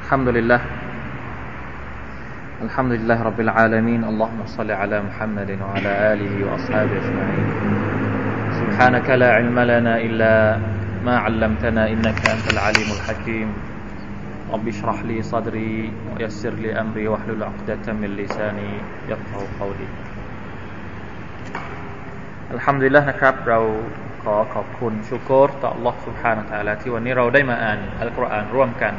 الحمد لله الحمد لله رب العالمين اللهم صل على محمد وعلى آله وأصحابه أجمعين سبحانك لا علم لنا إلا ما علمتنا إنك أنت العليم الحكيم رب اشرح لي صدري ويسر لي أمري واحلل عقدة من لساني يفقهوا قولي الحمد لله นะครับเราขอบคุณชุกรต่อ Allah سبحانه และ تعالى ที่วันนี้เราได้มาอ่านอัลกุรอานร่วมกัน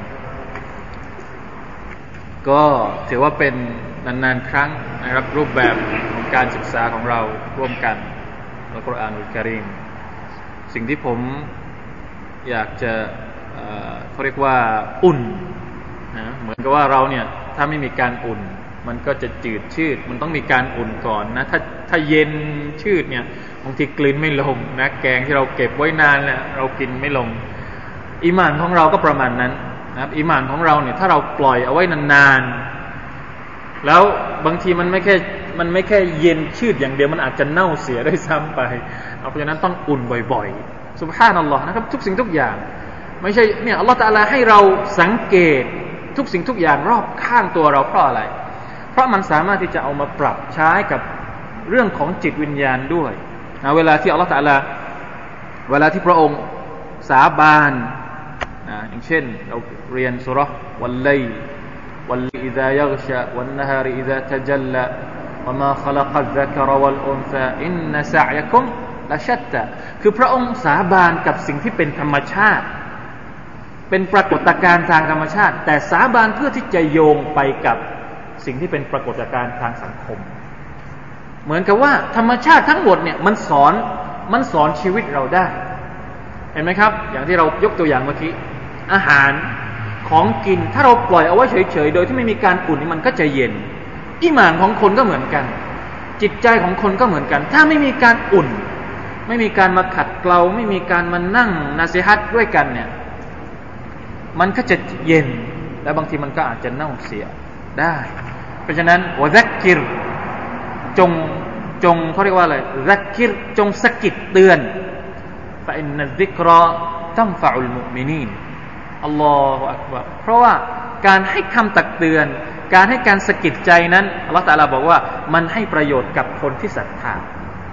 ก็ถือว่าเป็นนานๆครั้งนะครับรูปแบบของการศึกษาของเราร่วมกันอัลกุรอานอุลกะรีมสิ่งที่ผมอยากจะเขาเรียกว่าอุ่นนะเหมือนกับว่าเราเนี่ยถ้าไม่มีการอุ่นมันก็จะจืดชืดมันต้องมีการอุ่นก่อนนะถ้าเย็นชืดเนี่ยบางทีกลืนไม่ลงนะแกงที่เราเก็บไว้นานเนี่ยเรากินไม่ลงอีหม่านของเราก็ประมาณนั้นนะครับอีหม่านของเราเนี่ยถ้าเราปล่อยเอาไว้นานๆแล้วบางทีมันไม่แค่เย็นชืดอย่างเดียวมันอาจจะเน่าเสียด้วยซ้ำไปเพราะฉะนั้นต้องอุ่นบ่อยๆซุบฮานัลลอฮ์นะครับทุกสิ่งทุกอย่างไม่ใช่เนี่ยอัลลอฮฺตะอาลาให้เราสังเกตทุกสิ่งทุกอย่างรอบข้างตัวเราเพราะอะไรเพราะมันสามารถที่จะเอามาปรับใช้กับเรื่องของจิตวิญญาณด้วยนะเวลาที่อัลลอฮฺตะอาลาเวลาที่พระองค์สาบานนะอย่างเช่นเราเรียนซูเราะห์วัลไลล์อิซายัฆชะวันนะฮาริอิซาตะจัลลาวะมาคอลักัซซะกะรวัลอุนซาอินนะซะยะกุมละชัตตาคือพระองค์สาบานกับสิ่งที่เป็นธรรมชาติเป็นปรากฏการณ์ทางธรรมชาติแต่สาบานเพื่อที่จะโยงไปกับสิ่งที่เป็นปรากฏการณ์ทางสังคมเหมือนกับว่าธรรมชาติทั้งหมดเนี่ยมันสอนชีวิตเราได้เห็นไหมครับอย่างที่เรายกตัวอย่างเมื่อกี้อาหารของกินถ้าเราปล่อยเอาไว้เฉยๆโดยที่ไม่มีการอุ่นนี่มันก็จะเย็นอีหม่านของคนก็เหมือนกันจิตใจของคนก็เหมือนกันถ้าไม่มีการอุ่นไม่มีการมาขัดเกลาไม่มีการมานั่งนาซีฮัตด้วยกันเนี่ยมันก็จะเย็นและบางทีมันก็อาจจะเน่าเสียได้เพราะฉะนั้นวะซักกิรจงเขาเรียกว่าอะไรซักกิรจงสะกิดเตือนฟะอินนัซซิกราตัมฟะอุลมุอ์มินีนอัลลอฮุอักบัรเพราะว่าการให้คำตักเตือนการให้การสะกิดใจนั้นอัลเลาะห์ตะอาลาบอกว่ามันให้ประโยชน์กับคนที่ศรัทธา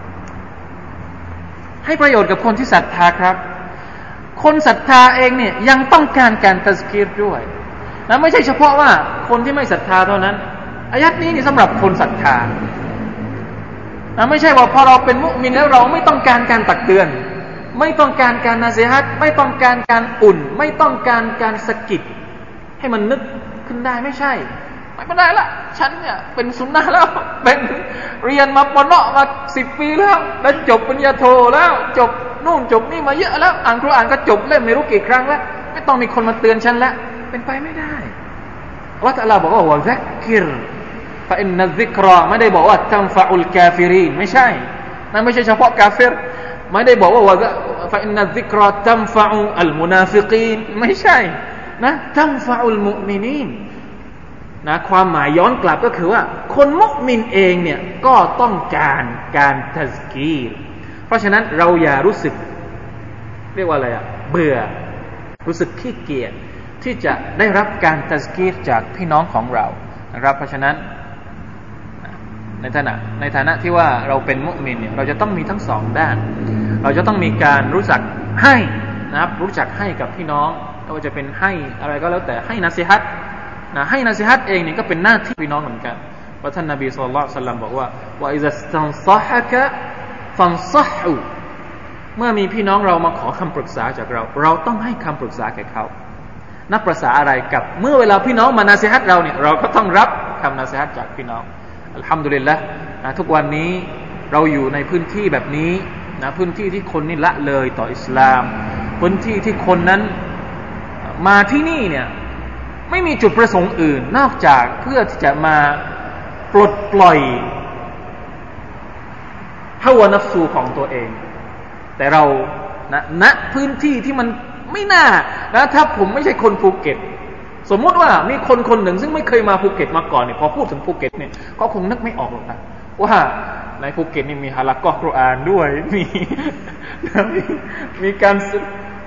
ให้ประโยชน์กับคนที่ศรัทธาครับคนศรัทธาเองเนี่ยยังต้องการการตัซกีรด้วยนะไม่ใช่เฉพาะว่าคนที่ไม่ศรัทธาเท่านั้นอายัดนี้นี่สำหรับคนศรัทธานะไม่ใช่ว่าพอเราเป็นมุมินแล้วเราไม่ต้องการการตักเตือนไม่ต้องการการนาซีฮัตไม่ต้องการการอุ่นไม่ต้องการการสะกิดให้มันนึกขึ้นได้ไม่ใช่ไม่ได้ละฉันเนี่ยเป็นซุนนะห์แล้วเป็นเรียนมาปนมา10 ปีแล้วจบปริญญาโทแล้วจบนู่นจบนี่มาเยอะแล้วอ่านกุรอานก็จบเล่มไม่รู้กี่ครั้งแล้วไม่ต้องมีคนมาเตือนฉันแล้วเป็นไปไม่ได้อัลเลาะห์ตะอาลาบอกว่าวะซักกิรฟะอินนัซซิกราไม่ได้บอกว่าตัมฟะอุลกาฟิรีนไม่ใช่นั่นไม่ใช่เฉพาะกาเฟรไม่ได้บอกว่าวะฟะอินนัซซิกราตัมฟะอุอัลมุนาฟิกีนไม่ใช่นะตัมฟะอุลมุอ์มินีนนะความหมายย้อนกลับก็คือว่าคนมุมินเองเนี่ยก็ต้องการตัซกีรเพราะฉะนั้นเราอย่ารู้สึกเรียกว่าอะไรเบื่อรู้สึกขี้เกียจที่จะได้รับการตัซกีรจากพี่น้องของเรานะครับเพราะฉะนั้นในฐานะที่ว่าเราเป็นมุมินเนี่ยเราจะต้องมีทั้งสองด้านเราจะต้องมีการรู้จักให้นะครับรู้จักให้กับพี่น้องไม่ว่าจะเป็นให้อะไรก็แล้วแต่ให้นาซีฮัตนะให้นาซีฮัตเองเนี่ยก็เป็นหน้าที่พี่น้องเหมือนกันเพราะท่านนบีศ็อลลัลลอฮุอะลัยฮิวะซัลลัมบอกว่าว่าอิซาสตันซะฮะกะฟันซะฮูเมื่อมีพี่น้องเรามาขอคำปรึกษาจากเราต้องให้คำปรึกษาแก่เขานับประสาอะไรกับเมื่อเวลาพี่น้องมานาซีฮัตเราเนี่ยเราก็ต้องรับคำนาซีฮัตจากพี่น้องอัลฮัมดุลิลละห์ทุกวันนี้เราอยู่ในพื้นที่แบบนี้นะพื้นที่ที่คนนี่ละเลยต่ออิสลามพื้นที่ที่คนนั้นมาที่นี่เนี่ยไม่มีจุดประสงค์อื่นนอกจากเพื่อที่จะมาปลดปล่อยฮาวานัฟซูของตัวเองแต่เราณพื้นที่ที่มันไม่น่านะถ้าผมไม่ใช่คนภูเก็ตสมมติว่ามีคนหนึ่งซึ่งไม่เคยมาภูเก็ตมาก่อนเนี่ยพอพูดถึงภูเก็ตเนี่ยก็คงนึกไม่ออกหรอกนะว่าในภูเก็ตนี่มีฮาละกอฮ์กุรอานด้วยมีการ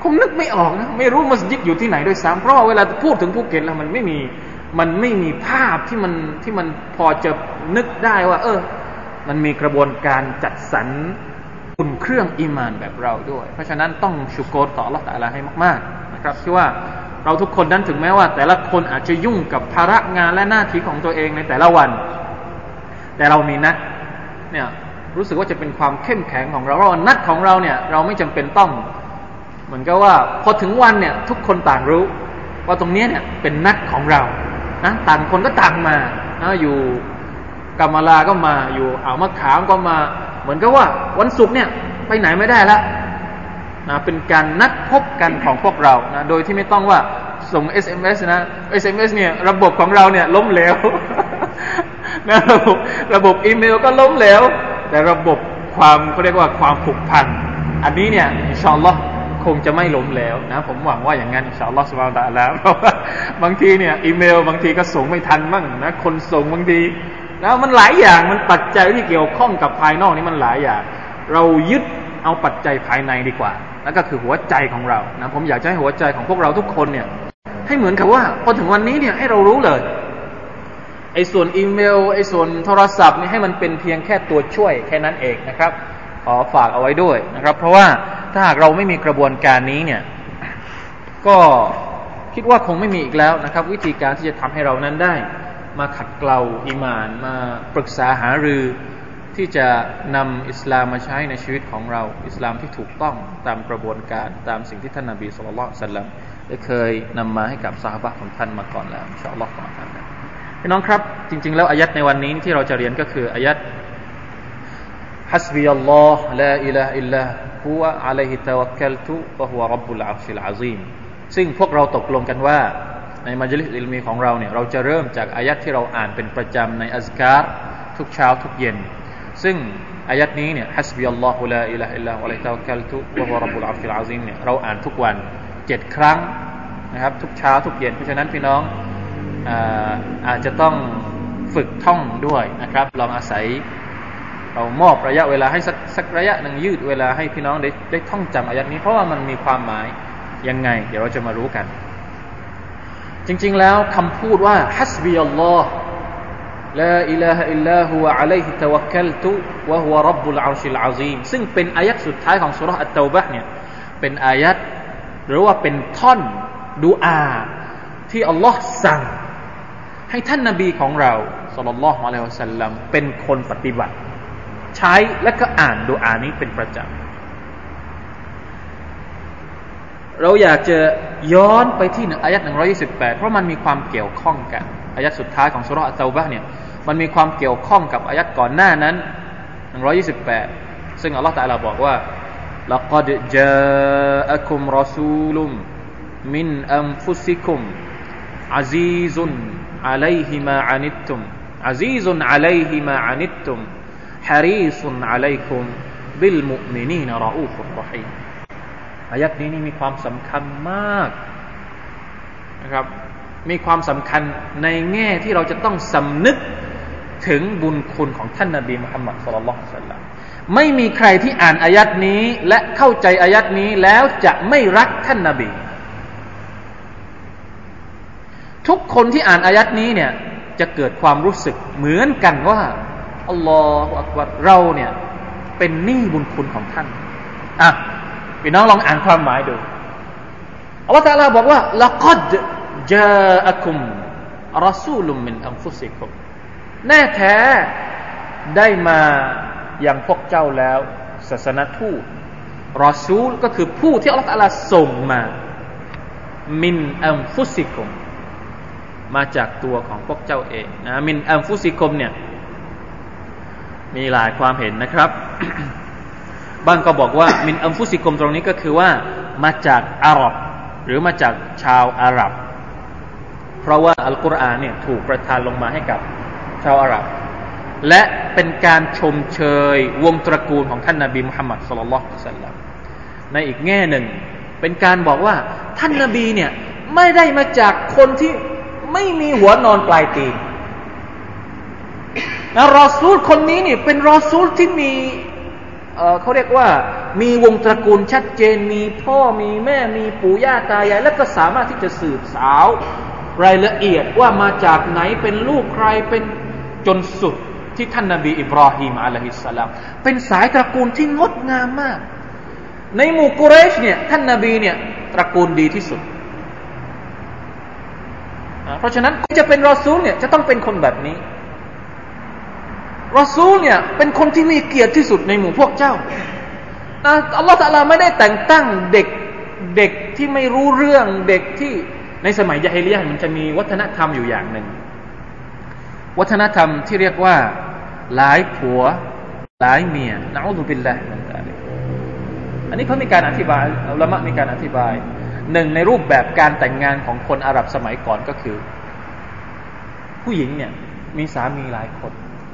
คงนึกไม่ออกนะไม่รู้มัสยิดอยู่ที่ไหนด้วยซ้ำเพราะว่าเวลาพูดถึงภูเก็ตแล้วมันไม่มีภาพที่มันพอจะนึกได้ว่ามันมีกระบวนการจัดสรรอุ่นเครื่องอีมานแบบเราด้วยเพราะฉะนั้นต้องชุกรต่ออัลเลาะห์ตะอาลาให้มากๆนะครับที่ว่าเราทุกคนนั้นถึงแม้ว่าแต่ละคนอาจจะยุ่งกับภาระงานและหน้าที่ของตัวเองในแต่ละวันแต่เรามีนัดเนี่ยรู้สึกว่าจะเป็นความเข้มแข็งของเราว่านัดของเราเนี่ยเราไม่จำเป็นต้องเหมือนกับว่าพอถึงวันเนี่ยทุกคนต่างรู้ว่าตรงนี้เนี่ยเป็นนัดของเรานะต่างคนก็ต่างมานะอยู่กำมะลาก็มาอยู่อ่าวมะขามก็มาเหมือนกับว่าวันศุกร์เนี่ยไปไหนไม่ได้แล้วนะเป็นการนัดพบกันของพวกเรานะโดยที่ไม่ต้องว่าส่ง SMS นะ SMS เนี่ยระบบของเราเนี่ยล้มเหลว นะระบบอีเมลก็ล้มเหลวแต่ระบบความเขาเรียกว่าความผูกพันอันนี้เนี่ยอินชาอัลลอฮ์คงจะไม่ล้มเหลวนะผมหวังว่าอย่างนั้นอินชาอัลลอฮ์ซุบฮานะฮูวะตะอาลาเพราะว่าบางทีเนี่ยอีเมลบางทีก็ส่งไม่ทันบ้างนะคนส่งบางทีแล้วมันหลายอย่างมันปัจจัยที่เกี่ยวข้องกับภายนอกนี่มันหลายอย่างเรายึดเอาปัจจัยภายในดีกว่าแล้วก็คือหัวใจของเรานะผมอยากจะให้หัวใจของพวกเราทุกคนเนี่ยให้เหมือนกับว่าพอถึงวันนี้เนี่ยให้เรารู้เลยไอ้ส่วนอีเมลไอ้ส่วนโทรศัพท์นี่ให้มันเป็นเพียงแค่ตัวช่วยแค่นั้นเองนะครับขอฝากเอาไว้ด้วยนะครับเพราะว่าถ้าหากเราไม่มีกระบวนการนี้เนี่ยก็คิดว่าคงไม่มีอีกแล้วนะครับวิธีการที่จะทำให้เรานั้นได้มาขัดเกลาอีหม่านมาปรึกษาหารือที่จะนำอิสลามมาใช้ในชีวิตของเราอิสลามที่ถูกต้องตามกระบวนการตามสิ่งที่ท่านนบีศ็อลลัลลอฮุอะลัยฮิวะซัลลัมได้เคยนำมาให้กับซอฮาบะห์ของท่านมาก่อนแล้วอินชาอัลลอฮฺตะอาลาพี่น้องครับจริงๆแล้วอายัดในวันนี้ที่เราจะเรียนก็คืออายัดฮัสบียัลลอฮ์ลาอิลาฮะอิลลัฮุวะอะลัยฮิตะวักกัลตุวะฮุวะร็อบบุลอัรชิลอะซีมซึ่งพวกเราตกลงกันว่าในมัจลิสอิลมีของเราเนี่ยเราจะเริ่มจากอายัดที่เราอ่านเป็นประจำในอัซการ์ทุกเช้าทุกเย็นซึ่งอายัดนี้เนี่ยฮัสบียัลลอฮุลาอิลาฮะอิลลัฮุอะลัยฮิตะวักกัลตุวะฮุวะร็อบบุลอัรชิลอะซีมเนี่ยเราอ่านทุกวัน7ครั้งนะครับทุกเช้าทุกเย็นเพราะฉะนั้นพี่น้องอาจจะต้องฝึกท่องด้วยนะครับลองอาศัยเรามอบระยะเวลาให้สักระยะหนึ่งยืดเวลาให้พี่น้องได้ท่องจำอายัดนี้เพราะว่ามันมีความหมายยังไงเดี๋ยวเราจะมารู้กันจริงๆแล้วคำพูดว่าฮัสบียัลลอฮ์ลาอิลาฮะอิลลาฮุวะอะลัยฮิตะวักกัลตุวะฮุวะร็อบบุลอัรชิลอะซีมซึ่งเป็นอายัดสุดท้ายของซูเราะห์อัตเตาบะห์เนี่ยเป็นอายัดหรือว่าเป็นท่อนดุอาที่อัลลอฮ์สั่งให้ท่านนบีของเราศ็อลลัลลอฮุอะลัยฮิวะซัลลัมเป็นคนปฏิบัติใช้และก็อ่านดุอานี้เป็นประจำเราอยากจะย้อนไปที่อายะห์128เพราะมันมีความเกี่ยวข้องกันอายะห์สุดท้ายของซูเราะห์อัตเตาบะห์เนี่ยมันมีความเกี่ยวข้องกับอายะห์ก่อนหน้านั้น128ซึ่งอัลเลาะห์ตะอาลาบอกว่าละกัดจาอะกุมรอซูลุมมินอันฟุซิกุมอะซีซุนอะลัยฮิมาอานิตตุมอะซีซุนอะลัยฮิมาอานิตตุมฮะรีซุนอะลัยกุมบิลมุอ์มินีนรออูฟุรเราะฮีมอายัดนี้มีความสำคัญมากนะครับมีความสำคัญในแง่ที่เราจะต้องสำนึกถึงบุญคุณของท่านนบีมุฮัมมัดศ็อลลัลลอฮุอะลัยฮิวะซัลลัมไม่มีใครที่อ่านอายัดนี้และเข้าใจอายัดนี้แล้วจะไม่รักท่านนบีทุกคนที่อ่านอายัดนี้เนี่ยจะเกิดความรู้สึกเหมือนกันว่าอัลลอฮฺอักบัรเราเนี่ยเป็นหนี้บุญคุณของท่านพี่น้องลองอ่านความหมายดูอัลลอฮฺตะอาลาบอกว่าละกัดจาอะกุมรอซูลุมมินอันฟุซิกุมแน่แท้ได้มาอย่างพวกเจ้าแล้วศาสนทูตรอซูลก็คือผู้ที่อัลลอฮฺตะอาลาส่งมามินอันฟุซิกุมมาจากตัวของพวกเจ้าเองนะมินอันฟุซิกุมเนี่ยมีหลายความเห็นนะครับ บางก็บอกว่ามินอันฟุซิกุมตรงนี้ก็คือว่ามาจากอาหรับหรือมาจากชาวอาหรับเพราะว่าอัลกุรอานเนี่ยถูกประทานลงมาให้กับชาวอาหรับและเป็นการชมเชยวงตระกูลของท่านนบีมุฮัมมัดศ็อลลัลลอฮุอะลัยฮิวะซัลลัมในอีกแง่หนึ่งเป็นการบอกว่าท่านนบีเนี่ยไม่ได้มาจากคนที่ไม่มีหัวนอนปลายตีนนะรอซูลคนนี้นี่เป็นรอซูลที่มีเขาเรียกว่ามีวงตระกูลชัดเจนมีพ่อมีแม่มีปู่ย่าตายายแล้วก็สามารถที่จะสืบสาวรายละเอียดว่ามาจากไหนเป็นลูกใครเป็นจนสุดที่ท่านนบีอิบราฮิมอะลัยฮิสสลามเป็นสายตระกูลที่งดงามมากในหมู่กุเรชเนี่ยท่านนบีเนี่ยตระกูลดีที่สุดเพราะฉะนั้นจะเป็นรอซูลเนี่ยจะต้องเป็นคนแบบนี้รอซูลเนี่ยเป็นคนที่มีเกียรติที่สุดในหมู่พวกเจ้าอัลลอฮฺตะอาลาไม่ได้แต่งตั้งเด็กที่ไม่รู้เรื่องเด็กที่ในสมัยญะฮิลิยะห์มันจะมีวัฒนธรรมอยู่อย่างหนึ่งวัฒนธรรมที่เรียกว่าหลายผัวหลายเมียนะอูซุบิลลาฮิมินซาลิกอันนี้เขามีการอธิบายอุลามะมีการอธิบายหนึ่งในรูปแบบการแต่งงานของคนอาหรับสมัยก่อนก็คือผู้หญิงเนี่ยมีสามีหลายคน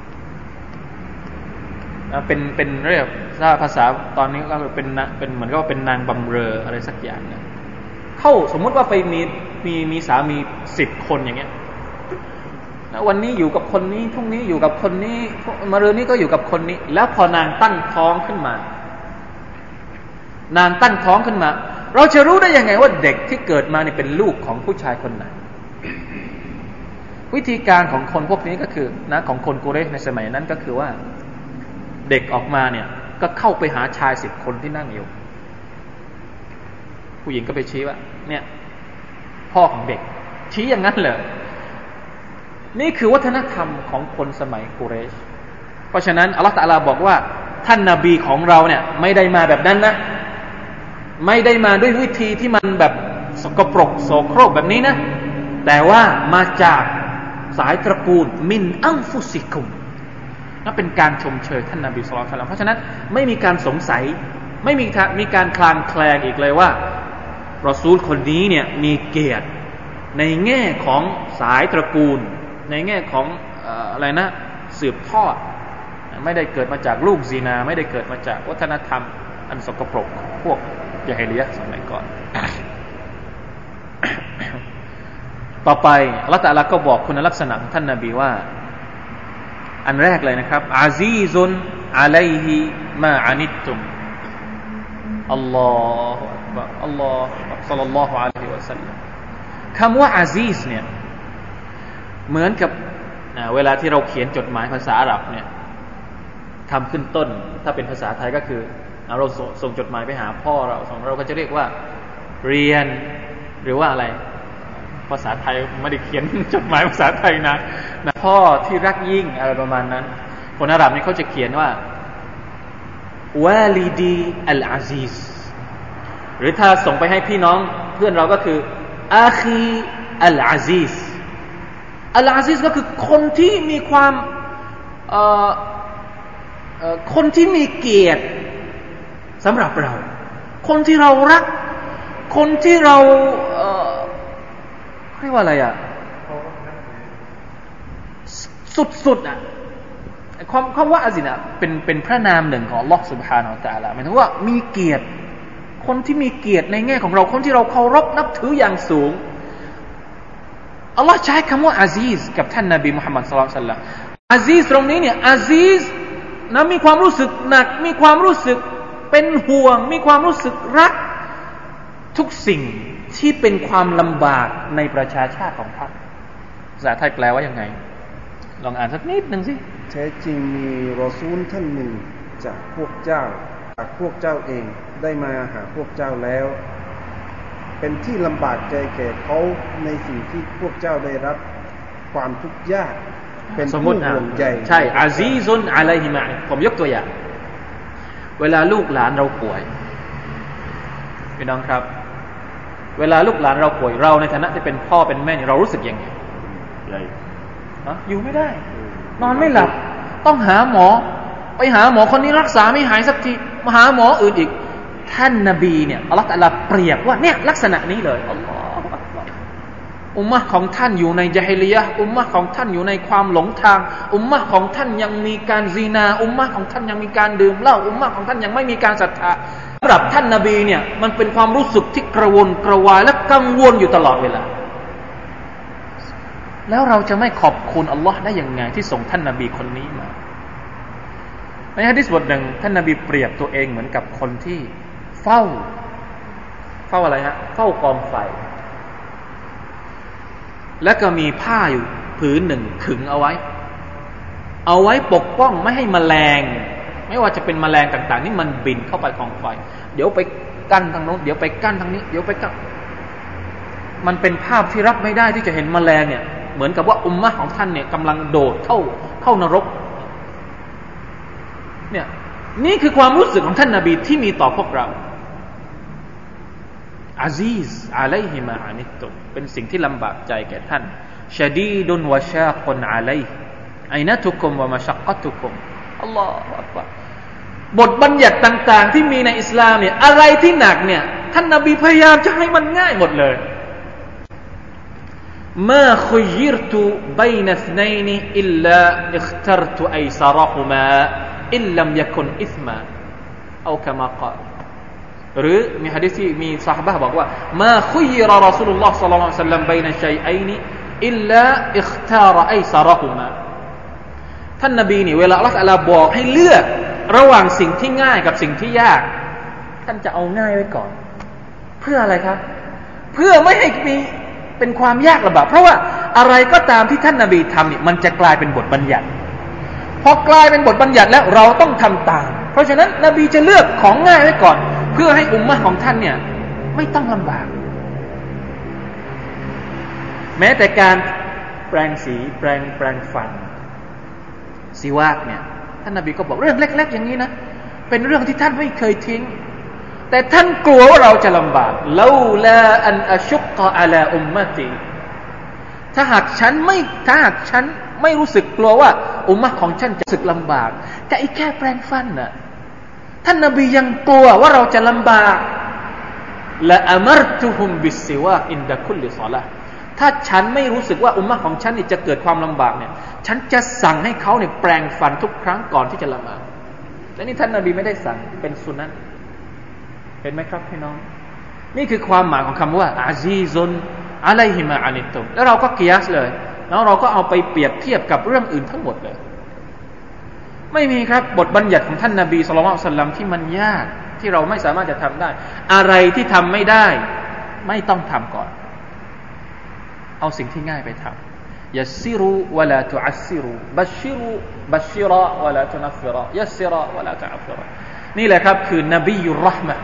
เป็นเรียกถ้าภาษาตอนนี้ก็เป็นเหมือนก็เป็นนางบำเรออะไรสักอย่างเนี่ยเข้าสมมุติว่าไปมีสามี10 คนอย่างเงี้ยวันนี้อยู่กับคนนี้พรุ่งนี้อยู่กับคนนี้มะรืนนี้ก็อยู่กับคนนี้แล้วพอนางตั้งท้องขึ้นมาเราจะรู้ได้ยังไงว่าเด็กที่เกิดมาเนี่ยเป็นลูกของผู้ชายคนไหนวิธีการของคนพวกนี้ก็คือนะของคนกุเรชในสมัยนั้นก็คือว่าเด็กออกมาเนี่ยก็เข้าไปหาชาย10 คนที่นั่งอยู่ผู้หญิงก็ไปชี้ว่าเนี่ยพ่อของเด็กชี้อย่างนั้นเลยนี่คือวัฒนธรรมของคนสมัยกุเรชเพราะฉะนั้นอัลลอฮฺตะอาลาบอกว่าท่านนบีของเราเนี่ยไม่ได้มาแบบนั้นนะไม่ได้มาด้วยวิธีที่มันแบบสกปรกโสโครกแบบนี้นะแต่ว่ามาจากสายตระกูลมินอัลฟุซิกุมนั่นเป็นการชมเชยท่านนบีศ็อลลัลลอฮุอะลัยฮิวะซัลลัมเพราะฉะนั้นไม่มีการสงสัยไม่มีการคลางแคลงอีกเลยว่ารอซูลคนนี้เนี่ยมีเกียรติในแง่ของสายตระกูลในแง่ของอะไรนะสืบทอดไม่ได้เกิดมาจากลูกซินาไม่ได้เกิดมาจากวัฒนธรรมอันสกปรกพวกญะฮิลิยะห์สมัยก่อนต่อไปอัลเลาะห์ตะอาลาก็บอกคุณลักษณะของท่านนบีว่าอันแรกเลยนะครับอาซีซุนอะลัยฮิมาอานิตตุมอัลลอฮฺอักบัรอัลลอฮฺศ็อลลัลลอฮุอะลัยฮิวะซัลลัมคำว่าอาซีซเนี่ยเหมือนกับเวลาที่เราเขียนจดหมายภาษาอาหรับเนี่ยทำขึ้นต้นถ้าเป็นภาษาไทยก็คือเราส่งจดหมายไปหาพ่อเราก็จะเรียกว่าเรียนหรือว่าอะไรภาษาไทยไม่ได้เขียนจดหมายภาษาไทยนะพ่อที่รักยิ่งอะไรประมาณนั้นคนอาหรับนี่เขาจะเขียนว่าวาลิดีอัลอาซีซหรือถ้าส่งไปให้พี่น้องเพื่อนเราก็คืออาคีอัลอาซีซอัลอาซีซก็คือคนที่มีความคนที่มีเกียรติสำหรับเราคนที่เรารักคนที่เราเรียกว่าอะไรอ่ะสุดๆอ่ะความว่าอาซินะเป็นพระนามหนึ่งของอัลเลาะห์ซุบฮานะฮูวะตะอาลาหมายถึงว่ามีเกียรติคนที่มีเกียรติในแง่ของเราคนที่เราเคารพนับถืออย่างสูงอัลลอฮ์ใช้คำว่าอาซีซกับท่านนบีมุฮัมมัดศ็อลลัลลอฮุอะลัยฮิวะซัลลัมอาซีซตรงนี้เนี่ยอาซีซนะมีความรู้สึกหนักมีความรู้สึกเป็นห่วงมีความรู้สึกรักทุกสิ่งที่เป็นความลำบากในประชาชาติของท่านภาษาไทยแปลว่ายังไงลองอ่านสักนิดนึงสิแท้จริงมีรอซูลท่านหนึ่งจากพวกเจ้าเองได้มาหาพวกเจ้าแล้วเป็นที่ลำบากใจแก่เขาในสิ่งที่พวกเจ้าได้รับความทุกข์ยากเป็นผู้ห่วงใยใช่อาซีซุนอะลัยฮิมาผมยกตัวอย่างเวลาลูกหลานเราป่วยพี่น้องครับเวลาลูกหลานเราป่วยเราในฐานะที่เป็นพ่อเป็นแม่เรารู้สึกยังไงอยู่ไม่ได้นอนไม่หลับต้องหาหมอไปหาหมอคนนี้รักษาไม่หายสักทีมาหาหมออื่นอีกท่านนบีเนี่ยอัลเลาะห์ตะอาลาเปรียบว่าเนี่ยลักษณะนี้เลยอัลลอฮฺอักบัรอุมมะห์ของท่านอยู่ในญะฮิลิยะห์อุมมะห์ของท่านอยู่ในความหลงทางอุมมะห์ของท่านยังมีการซินาอุมมะห์ของท่านยังมีการดื่มเหล้าอุมมะห์ของท่านยังไม่มีการศรัทธาสำหรับท่านนบีเนี่ยมันเป็นความรู้สึกที่กระวนกระวายและกังวลอยู่ตลอดเวลาแล้วเราจะไม่ขอบคุณอัลลอฮ์ได้ยังไงที่ส่งท่านนบีคนนี้มาในหะดีษบทหนึ่งท่านนบีเปรียบตัวเองเหมือนกับคนที่เฝ้าอะไรฮะเฝ้ากองไฟแล้วก็มีผ้าอยู่ผืนหนึ่งขึงเอาไว้ปกป้องไม่ให้แมลงไม่ว่าจะเป็นแมลงต่างๆนี่มันบินเข้าไปกองไฟเดี๋ยวไปกั้นทางโน้นเดี๋ยวไปกั้นทางนี้เดี๋ยวไปกั้นมันเป็นภาพที่รับไม่ได้ที่จะเห็นแมลงเนี่ยเหมือนกับว่าอุมมะห์ของท่านเนี่ยกำลังโดดเข้านรกเนี่ยนี่คือความรู้สึกของท่านนบีที่มีต่อพวกเราอาซีซอะลัยฮิมาอานิตุมเป็นสิ่งที่ลำบากใจแก่ท่านชะดีดุนวะชากุนอะลัยฮิไอนะตุกุมวะมะชักกะตุกุมอัลลอฮฺอักบัรบทบัญญัติต่างๆที่มีในอิสลามเนี่ยอะไรที่หนักเนี่ยท่านนบีพยายามจะให้มันง่ายหมดเลยมาคุยิรตุบัยนะษนัยนอิลลาอิคตัรตุอัยซะรฮุมาอิลลัมยะกุนอิษมาเอาคามากาลหรือมีหะดีษที่มีซอฮาบะห์บอกว่ามาคุยิรรอซูลุลลอฮ์ศ็อลลัลลอฮุอะลัยฮิวะซัลลัมบัยนะชัยอัยนอิลลาอิคตารอัยซะรฮุมาท่านนบีนี่เวลาอัลเลาะห์ตะอาลาบอกให้เลือกระหว่างสิ่งที่ง่ายกับสิ่งที่ยากท่านจะเอาง่ายไว้ก่อนเพื่ออะไรครับเพื่อไม่ให้มีเป็นความยากลำบากเพราะว่าอะไรก็ตามที่ท่านนบีทำเนี่ยมันจะกลายเป็นบทบัญญัติพอกลายเป็นบทบัญญัติแล้วเราต้องทำตามเพราะฉะนั้นนบีจะเลือกของง่ายไว้ก่อนเพื่อให้อุมมะห์ของท่านเนี่ยไม่ต้องลำบากแม้แต่การแปรงสีแปรงฟันสิวากเนี่ยท่านนบีก็บอกเรื่องเล็กๆอย่างนี้นะเป็นเรื่องที่ท่านไม่เคยทิ้งแต่ท่านกลัวว่าเราจะลำบากลาลาอันอัชุกกะอะลาอุมมะตีถ้าหากฉันไม่รู้สึกกลัวว่าอุมมะของฉันจะรู้สึกลำบากแต่อีกแค่แปรงฟันน่ะท่านนบียังกลัวว่าเราจะลำบากละอะมัรตุฮุมบิสซิวาอินดะคุลลิศอลาห์ถ้าฉันไม่รู้สึกว่าอุมมะของฉันนี่จะเกิดความลำบากเนี่ยฉันจะสั่งให้เขาเนี่ยแปรงฟันทุกครั้งก่อนที่จะละหมาดแต่นี่ท่านนบีไม่ได้สั่งเป็นสุนัตเห็นไหมครับพี่น้องนี่คือความหมายของคำว่าอาซีซุนอะลัยฮิมาอานิตุมแล้วเราก็กิยาสเลยแล้วเราก็เอาไปเปรียบเทียบกับเรื่องอื่นทั้งหมดเลยไม่มีครับบทบัญญัติของท่านนบีศ็อลลัลลอฮุอะลัยฮิวะซัลลัมที่มันยากที่เราไม่สามารถจะทำได้อะไรที่ทำไม่ได้ไม่ต้องทำก่อนเอาสิ่งที่ง่ายไปทำยัสซิรุวะลาตุอัสซิรุบัชชิรวะลาตุนัฟฟิรยัสซิรวะลาตุอัฟฟิรนี่แหละครับคือนบียุรเราะห์มะห์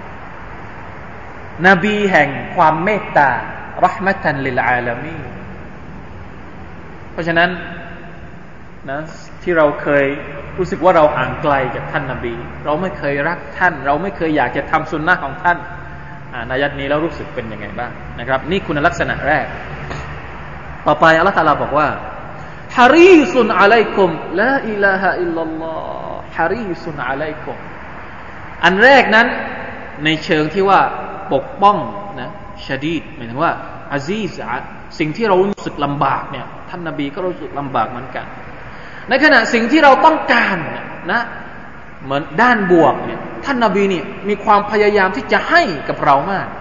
นบีแห่งความเมตตาเราะห์มะตันลิลอาลามีนเพราะฉะนั้นนะที่เราเคยรู้สึกว่าเราห่างไกลจากท่านนบีเราไม่เคยรักท่านเราไม่เคยอยากจะทำสุนนะห์ของท่านในอายัดนี้เรารู้สึกเป็นยังไงบ้างนะครับนี่คุณลักษณะแรกต่อไปอัลเลาะห์ตะอาลาบอกว่าฮารีซุนอะลัยกุมลาอิลาฮะอิลลัลลอฮฮารีซุนอะลัยกุมอันแรกนั้นในเชิงที่ว่าปกป้องนะชะดีดหมายถึงว่าอาซีซสิ่งที่เรารู้สึกลำบากเนี่ยท่านนบีก็รู้สึกลำบากเหมือนกันในขณะสิ่งที่เราต้องการนะเหมือนด้านบวกเนี่ยท่านนบีนี่มีความพยายามที่จะให้กับเรามาก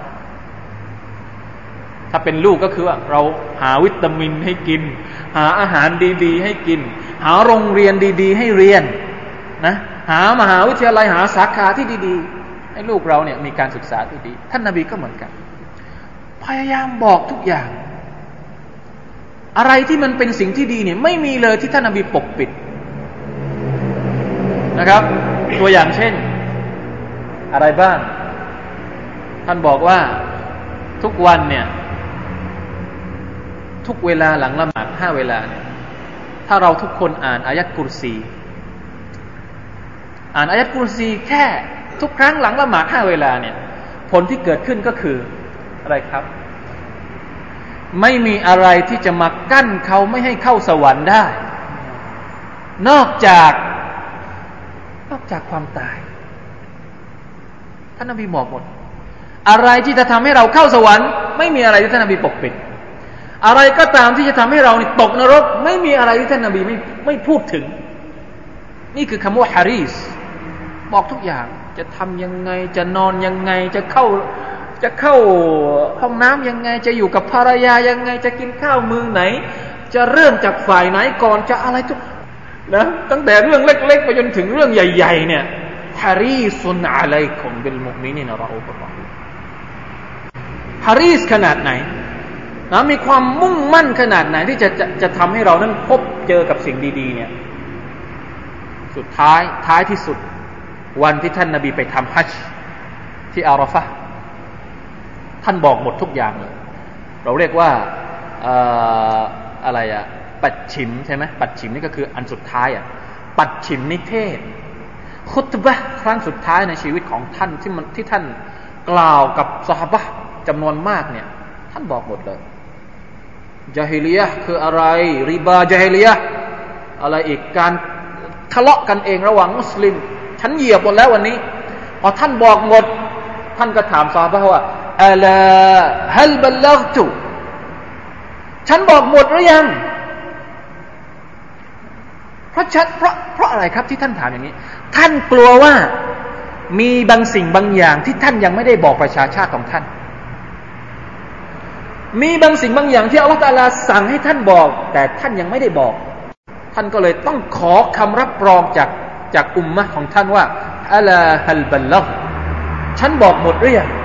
ถ้าเป็นลูกก็คือว่าเราหาวิตามินให้กินหาอาหารดีๆให้กินหาโรงเรียนดีๆให้เรียนนะหามหาวิทยาลัยหาสาขาที่ดีๆให้ลูกเราเนี่ยมีการศึกษาที่ดีท่านนบีก็เหมือนกันพยายามบอกทุกอย่างอะไรที่มันเป็นสิ่งที่ดีเนี่ยไม่มีเลยที่ท่านนบีปกปิดนะครับตัวอย่างเช่นอะไรบ้างท่านบอกว่าทุกวันเนี่ยทุกเวลาหลังละหมาด5เวลาเนี่ยถ้าเราทุกคนอ่านอายะห์กุรซีแค่ทุกครั้งหลังละหมาด5เวลาเนี่ยผลที่เกิดขึ้นก็คืออะไรครับไม่มีอะไรที่จะมากั้นเขาไม่ให้เข้าสวรรค์ได้นอกจากความตายท่านนบีบอกหมดอะไรที่จะทำให้เราเข้าสวรรค์ไม่มีอะไรที่ท่านนบีปกปิดอะไรก็ตามที่จะทำให้เราตกนรกไม่มีอะไรที่ท่านนบีไม่พูดถึงนี่คือคำว่าฮาริสบอกทุกอย่างจะทำยังไงจะนอนยังไงจะเข้าห้องน้ำยังไงจะอยู่กับภรรยายังไงจะกินข้าวมื้อไหนจะเริ่มจากฝ่ายไหนก่อนจะอะไรทุกนะตั้งแต่เรื่องเล็กๆไปจนถึงเรื่องใหญ่ๆเนี่ยฮารีซุนอะลัยกุมบิลมุอ์มินีนรออูฟุรเราะฮีมฮารีสขนาดไหนนะมีความมุ่งมั่นขนาดไหนที่จะทำให้เรานั้นพบเจอกับสิ่งดีๆเนี่ยสุดท้ายที่สุดวันที่ท่านนบีไปทำฮัจญ์ที่อาราฟะห์ท่านบอกหมดทุกอย่างเลยเราเรียกว่าอะไรอะปัจฉิมใช่ไหมปัจฉิมนี่ก็คืออันสุดท้ายอะปัจฉิมนิเทศคุตบะห์ครั้งสุดท้ายในชีวิตของท่านที่ท่านกล่าวกับซอฮาบะห์จำนวนมากเนี่ยท่านบอกหมดเลยญาฮิลิยะห์คืออะไรริบาญาฮิลิยะห์อะไรอีกการทะเลาะกันเองระหว่างมุสลิมฉันเหยียบหมดแล้ววันนี้พอท่านบอกหมดท่านก็ถามซอฮาบะห์ว่าอะลาฮัลบัลลัฆตุฉันบอกหมดหรือยังเพราะอะไรครับที่ท่านถามอย่างนี้ท่านกลัวว่ามีบางสิ่งบางอย่างที่ท่านยังไม่ได้บอกประชาชาติของท่านมีบางสิ่งบางอย่างที่อัลเลาะห์ตะอาลาสั่งให้ท่านบอกแต่ท่านยังไม่ได้บอกท่านก็เลยต้องขอคำรับรองจากอุมมะห์ของท่านว่าอะลาฮัลบัลลัฆฉันบอกหมดหรือยัง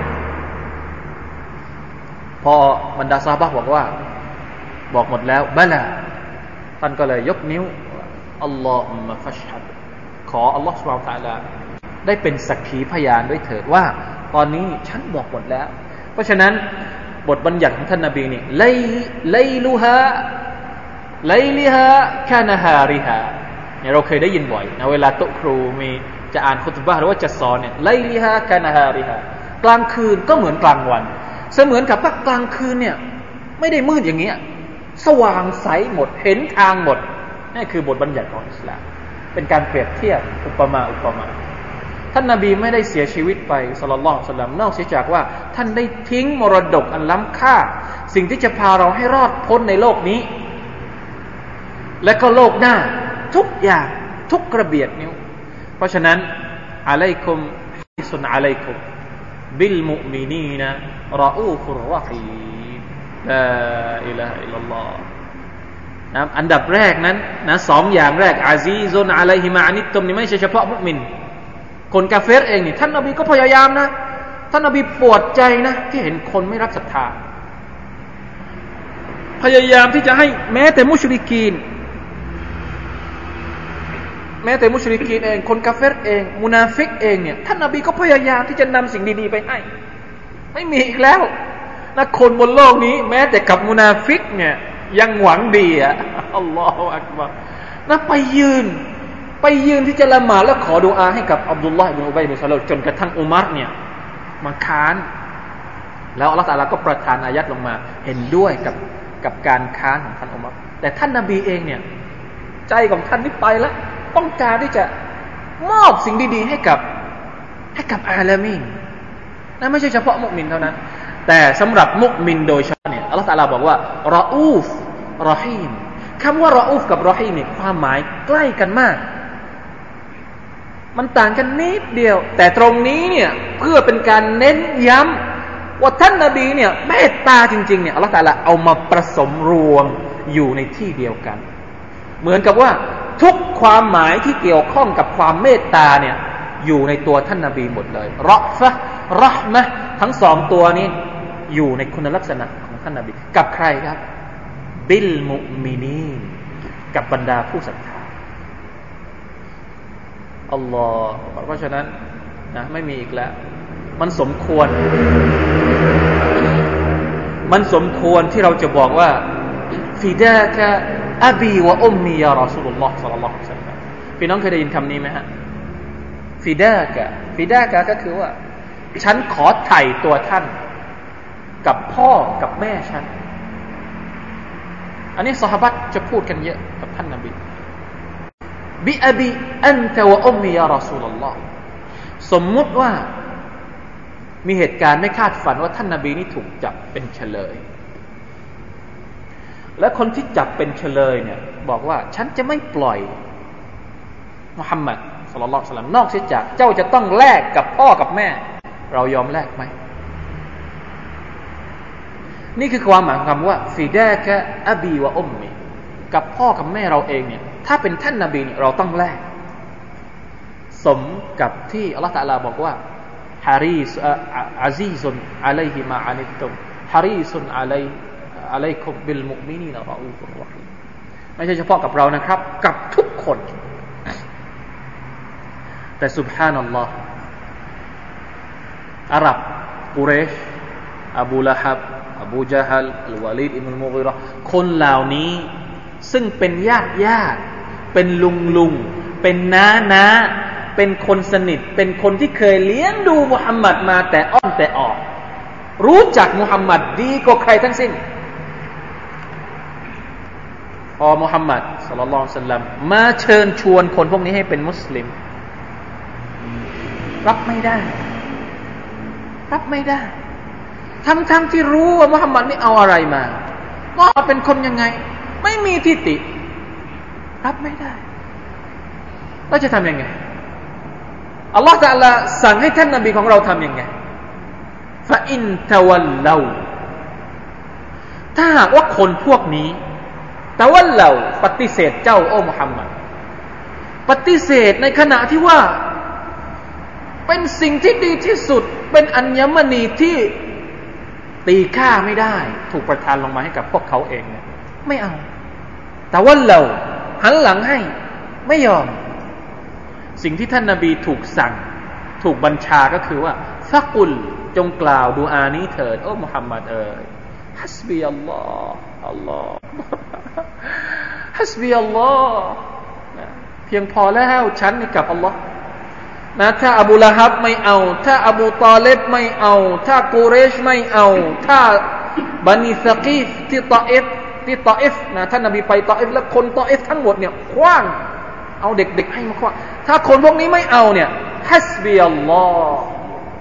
พอบรรดาซอฮาบะห์บอกว่าบอกหมดแล้วบะลาท่านก็เลยยกนิ้วอัลลอฮุมมะฟัชฮัดขออัลลอฮฺซุบฮานะฮูวะตะอาลาได้เป็นสักขีพยานด้วยเถิดว่าตอนนี้ฉันบอกหมดแล้วเพราะฉะนั้นบทบัญญัติของท่านนบีนี่ไลลุฮาไลลิฮากะนะฮาริฮาเนี่ยเราเคยได้ยินบ่อยนะเวลาโต๊ะครูมีจะอ่านคุตบะห์หรือว่าจะสอนเนี่ยไลลิฮากะนะฮาริฮากลางคืนก็เหมือนกลางวันเสมือนกับว่ากลางคืนเนี่ยไม่ได้มืดอย่างเงี้ยสว่างใสหมดเห็นทางหมดนี่คือบทบัญญัติของอิสลามเป็นการเปรียบเทียบอุปมาท่านนบีไม่ได้เสียชีวิตไปศ็อลลัลลอฮุอะลัยฮิวะซัลลัมนอกจากว่าท่านได้ทิ้งมรดกอันล้ำค่าสิ่งที่จะพาเราให้รอดพ้นในโลกนี้และก็โลกหน้าทุกอย่างทุกกระเบียดนิ้วเพราะฉะนั้นอะลัยกุมฮิซุนอะลัยกุมบิลมุอ์มินีนรออูฟุรเราะฮีมลาอิลาฮะอิลลัลลอฮนะอันดับแรกนั้นนะสองอย่างแรกอาซีซุนอะลัยฮิมาอานิตตุมนี่ไม่ใช่เฉพาะมุมินคนกาเฟรเองนี่ท่านนบีก็พยายามนะท่านนบีปวดใจนะที่เห็นคนไม่รับศรัทธาพยายามที่จะให้แม้แต่มุชริกีนเองคนกาเฟรเองมุนาฟิกเองเนี่ยท่านนบีก็พยายามที่จะนำสิ่งดีๆไปให้ไม่มีอีกแล้วนะคนบนโลกนี้แม้แต่กับมุนาฟิกเนี่ยยังหวังดีอ่ะอัลลอฮฺอักบัรนะไปยืนที่จะละหมาดแล้วขอดุอาให้กับอับดุลลอฮ์อิบนุอุบัยอิบนุซะลูลจนกระทั่งอุมัรเนี่ยมาค้านแล้วอัลเลาะห์ตะอาลาก็ประทานอายัดลงมาเห็นด้วยกับการค้านของท่านอุมัรแต่ท่านนบีเองเนี่ยใจของท่านนี่ไปแล้วต้องการที่จะมอบสิ่งดีๆให้กับอาลามีนนะไม่ใช่เฉพาะมุมินเท่านั้นแต่สำหรับมุมินโดยเฉพาะเนี่ยอัลเลาะห์ตะอาลาบอกว่ารออูฟรอฮีมคำว่ารออูฟกับรอฮีมเนี่ยความหมายใกล้กันมากมันต่างกันนิดเดียวแต่ตรงนี้เนี่ยเพื่อเป็นการเน้นย้ำว่าท่านนบีเนี่ยเมตตาจริงๆเนี่ยอัลเลาะห์ตะอาลาเอามาผสมรวมอยู่ในที่เดียวกันเหมือนกับว่าทุกความหมายที่เกี่ยวข้องกับความเมตตาเนี่ยอยู่ในตัวท่านนบีหมดเลยรอฟะเราะห์มะห์ทั้งสองตัวนี้อยู่ในคุณลักษณะของท่านนบีกับใครครับบิลมุมินีนกับบรรดาผู้ศรัทธาอัลลอฮฺเพราะฉะนั้นนะไม่มีอีกแล้วมันสมควรที่เราจะบอกว่าฟิดากะอบีวะอุมมียารอซูลุลลอฮ์ศ็อลลัลลอฮุอะลัยฮิวะซัลลัมพี่น้องเคยได้ยินคำนี้ไหมฮะฟิดากะก็คือว่าฉันขอไถ่ตัวท่านกับพ่อกับแม่ฉันอันนี้ซอฮาบะห์จะพูดกันเยอะกับท่านนบีบิอบีอันตะวะอุมมียารอซูลุลลอฮ์สมมุติว่ามีเหตุการณ์ไม่คาดฝันว่าท่านนบีนี่ถูกจับเป็นเฉลยและคนที่จับเป็นเฉลยเนี่ยบอกว่าฉันจะไม่ปล่อยมุฮัมมัดศ็อลลัลลอฮุอะลัยฮิวะซัลลัมนอกจากเจ้าจะต้องแลกกับพ่อกับแม่เรายอมแลกไหมนี่คือความหมายของคำว่าฟิดากะอบีวะอุมมีกับพ่อกับแม่เราเองเนี่ยถ้าเป็นท่านนบีเนี่ยเราต้องแลกสมกับที่อัลเลาะห์ตะอาลาบอกว่าฮารีสอาซีซุนอะลัยฮิมาอานิตตุมฮารีซุนอะลัยกุมบิลมุอ์มินีนรออูฟุรเราะฮีมไม่ใช่เฉพาะกับเรานะครับกับทุกคนแต่ซุบฮานัลลอฮ์อาหรับกุเรชอบูละฮับอบูญะฮัลอัลวะลีดอิบนุลมุฆิเราะห์คนเหล่านี้ซึ่งเป็นญาติเป็นลุงเป็นน้าเป็นคนสนิทเป็นคนที่เคยเลี้ยงดูมุฮัมมัดมาแต่อ้อนแต่ออกรู้จักมุฮัมมัดดีกว่าใครทั้งสิ้นพอมุฮัมมัดศ็อลลัลลอฮุอะลัยฮิวะซัลลัมมาเชิญชวนคนพวกนี้ให้เป็นมุสลิมรับไม่ได้ทั้งที่รู้ว่ามุฮัมมัดนี่เอาอะไรมาว่าเป็นคนยังไงไม่มีทิฏฐิรับไม่ได้แล้วจะทำยังไงอัลลอฮฺตะอาลาสั่งให้ท่านนบีของเราทำยังไงฟะอินตะวัลลาถ้าหากว่าคนพวกนี้ตะวัลลาปฏิเสธเจ้าโอ้มุฮัมมัดปฏิเสธในขณะที่ว่าเป็นสิ่งที่ดีที่สุดเป็นอัญมณีที่ตีค่าไม่ได้ถูกประทานลงมาให้กับพวกเขาเองเนี่ยไม่เอาแต่ว่าเราหันหลังให้ไม่ยอมสิ่งที่ท่านนบีถูกสั่งถูกบัญชาก็คือว่าฟักุลจงกล่าวดูอานี้เถิดโอ้มุฮัมมัดฮัสบีอัลลอฮ์อัลลอฮ์ฮัสบีอัลลอฮ์เพียงพอแล้วฉันกับอัลลอฮ์นะถ้าอบูละฮับไม่เอาถ้าอบูตอเลบไม่เอาถ้ากุเรชไม่เอาถ้าบันิซะกีฟที่ตออิฟนะท่านนบีไปตออิฟแล้วคนตออิฟทั้งหมดเนี่ยคว้างเอาเด็กๆให้มาคว้างถ้าคนพวกนี้ไม่เอาเนี่ยฮัสบีอัลลอฮ์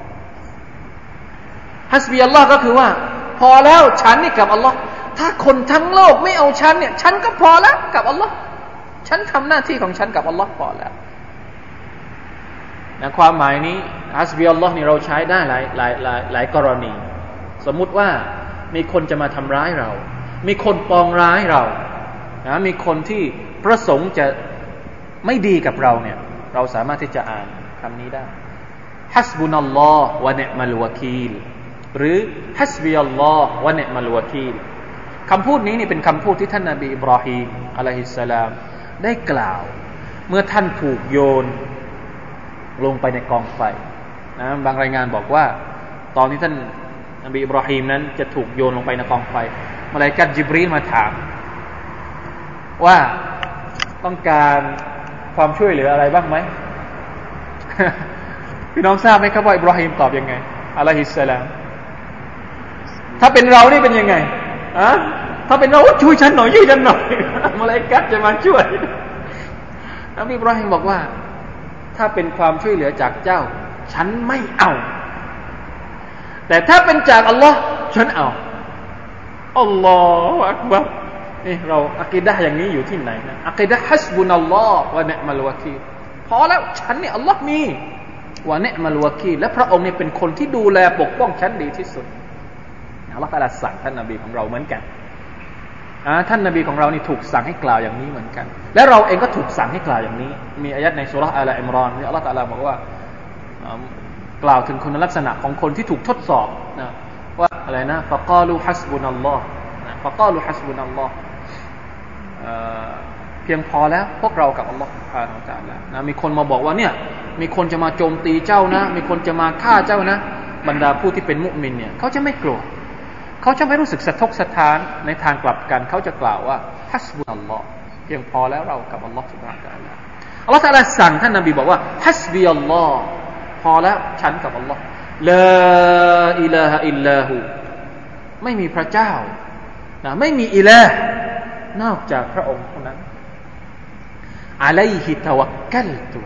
ฮัสบีอัลลอฮ์ก็คือว่าพอแล้วฉันนี่กับอัลลอฮ์ถ้าคนทั้งโลกไม่เอาฉันเนี่ยฉันก็พอแล้วกับอัลลอฮ์ฉันทำหน้าที่ของฉันกับอัลลอฮ์พอแล้วนะความหมายนี้ฮัสบีอัลลอฮ์นี่เราใช้ได้หลายกรณีสมมุติว่ามีคนจะมาทำร้ายเรามีคนปองร้ายเรานะมีคนที่ประสงค์จะไม่ดีกับเราเนี่ยเราสามารถที่จะอ่านคำนี้ได้ฮัสบุนัลลอฮ์วะนิอ์มัลวะกีลหรือฮัสบีอัลลอฮ์วะนิอ์มัลวะกีลคำพูดนี้นี่เป็นคำพูดที่ท่านนบีอิบราฮีมอะลัยฮิสสลามได้กล่าวเมื่อท่านถูกโยนลงไปในกองไฟนะบางรายงานบอกว่าตอนที่ท่านนบีอิบราฮีมนั้นจะถูกโยนลงไปในกองไฟมลาอิกะฮ์ญิบรีลมาถามว่าต้องการความช่วยเหลืออะไรบ้างไหม พี่น้องทราบไหมครับว่าอิบราฮีมตอบยังไงอะลัยฮิสสลามถ้าเป็นเรานี่เป็นยังไงอะถ้าเป็นเราช่วยฉันหน่อยมลาอิกะฮ์จะมาช่วยนบีอิบราฮีมบอกว่าถ้าเป็นความช่วยเหลือจากเจ้าฉันไม่เอาแต่ถ้าเป็นจากอัลลอฮ์ฉันเอาอัลลอฮฺอักบัรนี่เราอะกีดะห์อย่างนี้อยู่ที่ไหนนะอะกีดะห์ฮัสบุนัลลอฮฺวะนิอ์มัลวะกีลพอแล้วฉันเนี่ยอัลลอฮ์มีวะนิอ์มัลวะกีลและพระองค์เนี่ยเป็นคนที่ดูแลปกป้องฉันดีที่สุดอัลลอฮฺตะอาลาสั่งท่านนบีของเราเหมือนกันท่านนบีของเรานี่ถูกสั่งให้กล่าวอย่างนี้เหมือนกันและเราเองก็ถูกสั่งให้กล่าวอย่างนี้มีอายัดในซูเราะห์อาลอิมรอนที่อัลเลาะห์ตะอาลาบอกว่ากล่าวถึงคุณลักษณะของคนที่ถูกทดสอบนะว่าอะไรนะฟะกาลูฮัสบุนัลลอฮ์ฟะกาลูฮัสบุนัลลอฮ์เพียงพอแล้วพวกเรากับอัลเลาะห์ซุบฮานะฮูวะตะอาลานะมีคนมาบอกว่าเนี่ยมีคนจะมาโจมตีเจ้านะมีคนจะมาฆ่าเจ้านะบรรดาผู้ที่เป็นมุมินเนี่ยเขาจะไม่กลัวเขาจะไม่รู้สึกสะทกสะท้านในทางกลับกันเขาจะกล่าวว่าฮัสบุนัลลอฮ์เพียงพอแล้วเรากับอัลลอฮ์ซุบฮานะฮูวะตะอาลาอัลลอฮ์ตะอาลาสั่งท่านนบีบอกว่าฮัสบีอัลลอฮ์พอแล้วฉันกับอัลลอฮ์ลาอิลาฮะอิลลาฮูไม่มีพระเจ้านะไม่มีอิลาห์นอกจากพระองค์เท่านั้นอะลัยฮิตะวักกัลตุ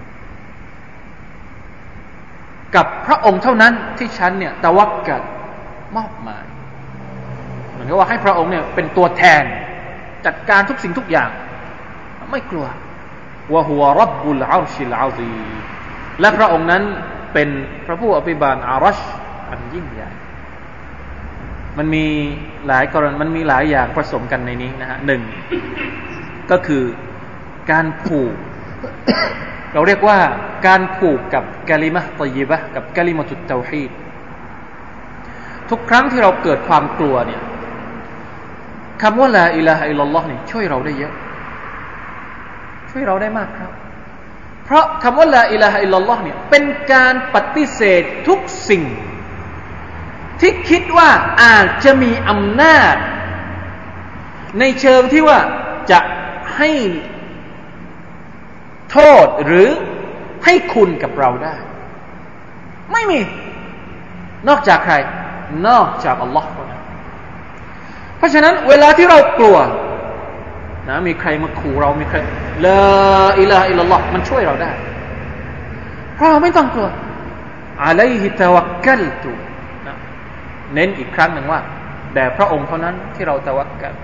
กับพระองค์เท่านั้นที่ฉันเนี่ยตะวักกัลมอบหมายเหมือนกับว่าให้พระองค์เนี่ยเป็นตัวแทนจัดการทุกสิ่งทุกอย่างไม่กลัววะฮุวะร็อบบุลอัรชิลอะซีมและพระองค์นั้นเป็นพระผู้อภิบาลอารัชอันยิ่งใหญ่มันมีหลายกรณีมันมีหลายอย่างผสมกันในนี้นะฮะหนึ่งก็คือการผูก เราเรียกว่าการผูกกับกะลิมะฮ์ฏอยยิบะห์กับกะลิมะตุตเตาฮีดทุกครั้งที่เราเกิดความกลัวเนี่ยคำว่าลาอิลาฮะอิลลัลลอฮ์นี่ช่วยเราได้เยอะช่วยเราได้มากครับเพราะคำว่าลาอิลาฮะอิลลัลลอฮ์เนี่ยเป็นการปฏิเสธทุกสิ่งที่คิดว่าอาจจะมีอำนาจในเชิงที่ว่าจะให้โทษหรือให้คุณกับเราได้ไม่มีนอกจากใครนอกจากอัลลอฮ์เพราะฉะนั้นเวลาที่เรากลัวนะมีใครมาขู่เรามีใครลาอิลาฮะอิลลัลลอฮ์มันช่วยเราได้เพราะเราไม่ต้องกลัวอะลัยฮิตะวักกัลตุนะเน้นอีกครั้งหนึ่งว่าแต่พระองค์เท่านั้นที่เราตะวักกัล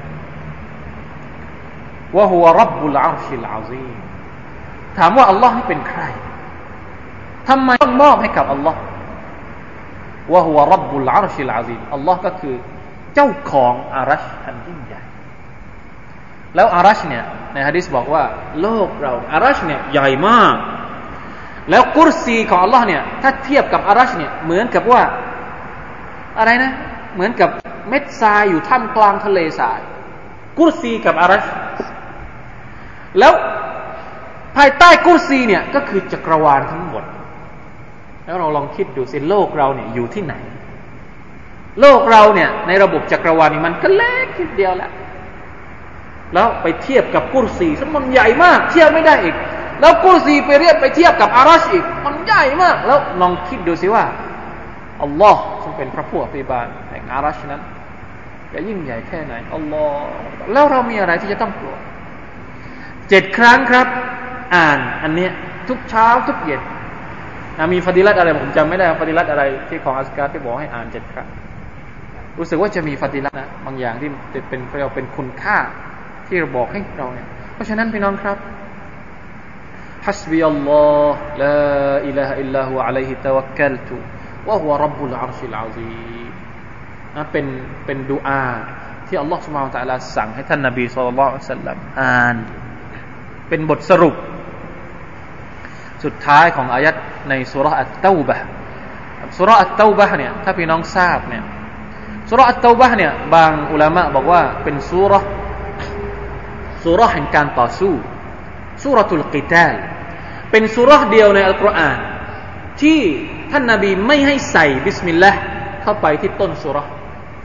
วะฮุวะร็อบบุลอาร์ชิลอาซีมถามว่าอัลลอฮ์นี่เป็นใครทำไมต้องมอบให้กับอัลลอฮ์วะฮุวะร็อบบุลอาร์ชิลอาซีมอัลลอฮ์ก็คือเจ้าของอารัชอันยิ่งใหญ่แล้วอารัชเนี่ยในหะดีษบอกว่าโลกเราอารัชเนี่ยใหญ่มากแล้วกุรซีของอัลลอฮ์เนี่ยถ้าเทียบกับอารัชเนี่ยเหมือนกับว่าอะไรนะเหมือนกับเม็ดทรายอยู่ท่ามกลางทะเลทรายกุรซีกับอารัชแล้วภายใต้กุรซีเนี่ยก็คือจักรวาลทั้งหมดแล้วเราลองคิดดูสิโลกเราเนี่ยอยู่ที่ไหนโลกเราเนี่ยในระบบจักรวาลนี่มันก็เล็กนิดเดียวแหละแล้วไปเทียบกับกุรซีซึ่งมันใหญ่มากเทียบไม่ได้อีกแล้วกุรซีไปเทียบกับอารัชอีกมันใหญ่มากแล้วลองคิดดูสิว่าอัลลอฮ์ซึ่งเป็นพระผู้อภิบาลแห่งอารัชนั้นจะยิ่งใหญ่แค่ไหนอัลลอฮ์แล้วเรามีอะไรที่จะต้องกลัว7 ครั้งครับอ่านอันเนี้ยทุกเช้าทุกเย็นมีฟะดีลัตอะไรผมจำไม่ได้ฟะดีลัตอะไรที่ของอัสการที่บอกให้อ่าน7 ครั้งรู้สึกว่าจะมีฟะดีลัตนะบางอย่างที่เป็นคุณค่าที่เราบอกให้เราเนี่ยเพราะฉะนั้นพี่น้องครับฮัสบีอัลลอฮ์ลาอิลาฮะอิลลาฮุอะลัยฮิตะวักกัลตุวะฮุวะร็อบบุลอาร์ชิลอาซีมเป็นดุอาที่อัลลอฮ์ซุบฮานะฮูวะตะอาลาสั่งให้ท่านนบีศ็อลลัลลอฮุอะลัยฮิวะซัลลัมอ่านเป็นบทสรุปสุดท้ายของอายัดในซูเราะห์อัตเตาบะห์ซูเราะห์อัตเตาบะห์เนี่ยถ้าพี่น้องทราบเนี่ยซูเราะห์อัตเตาบะห์เนี่ยบางอุลามะบอกว่าเป็นซูเราะห์แห่งการต่อสู้ซูเราะตุลกิตาลเป็นซูเราะห์เดียวในอัลกุรอานที่ท่านนบีไม่ให้ใส่บิสมิลลาห์เข้าไปที่ต้นซูเราะห์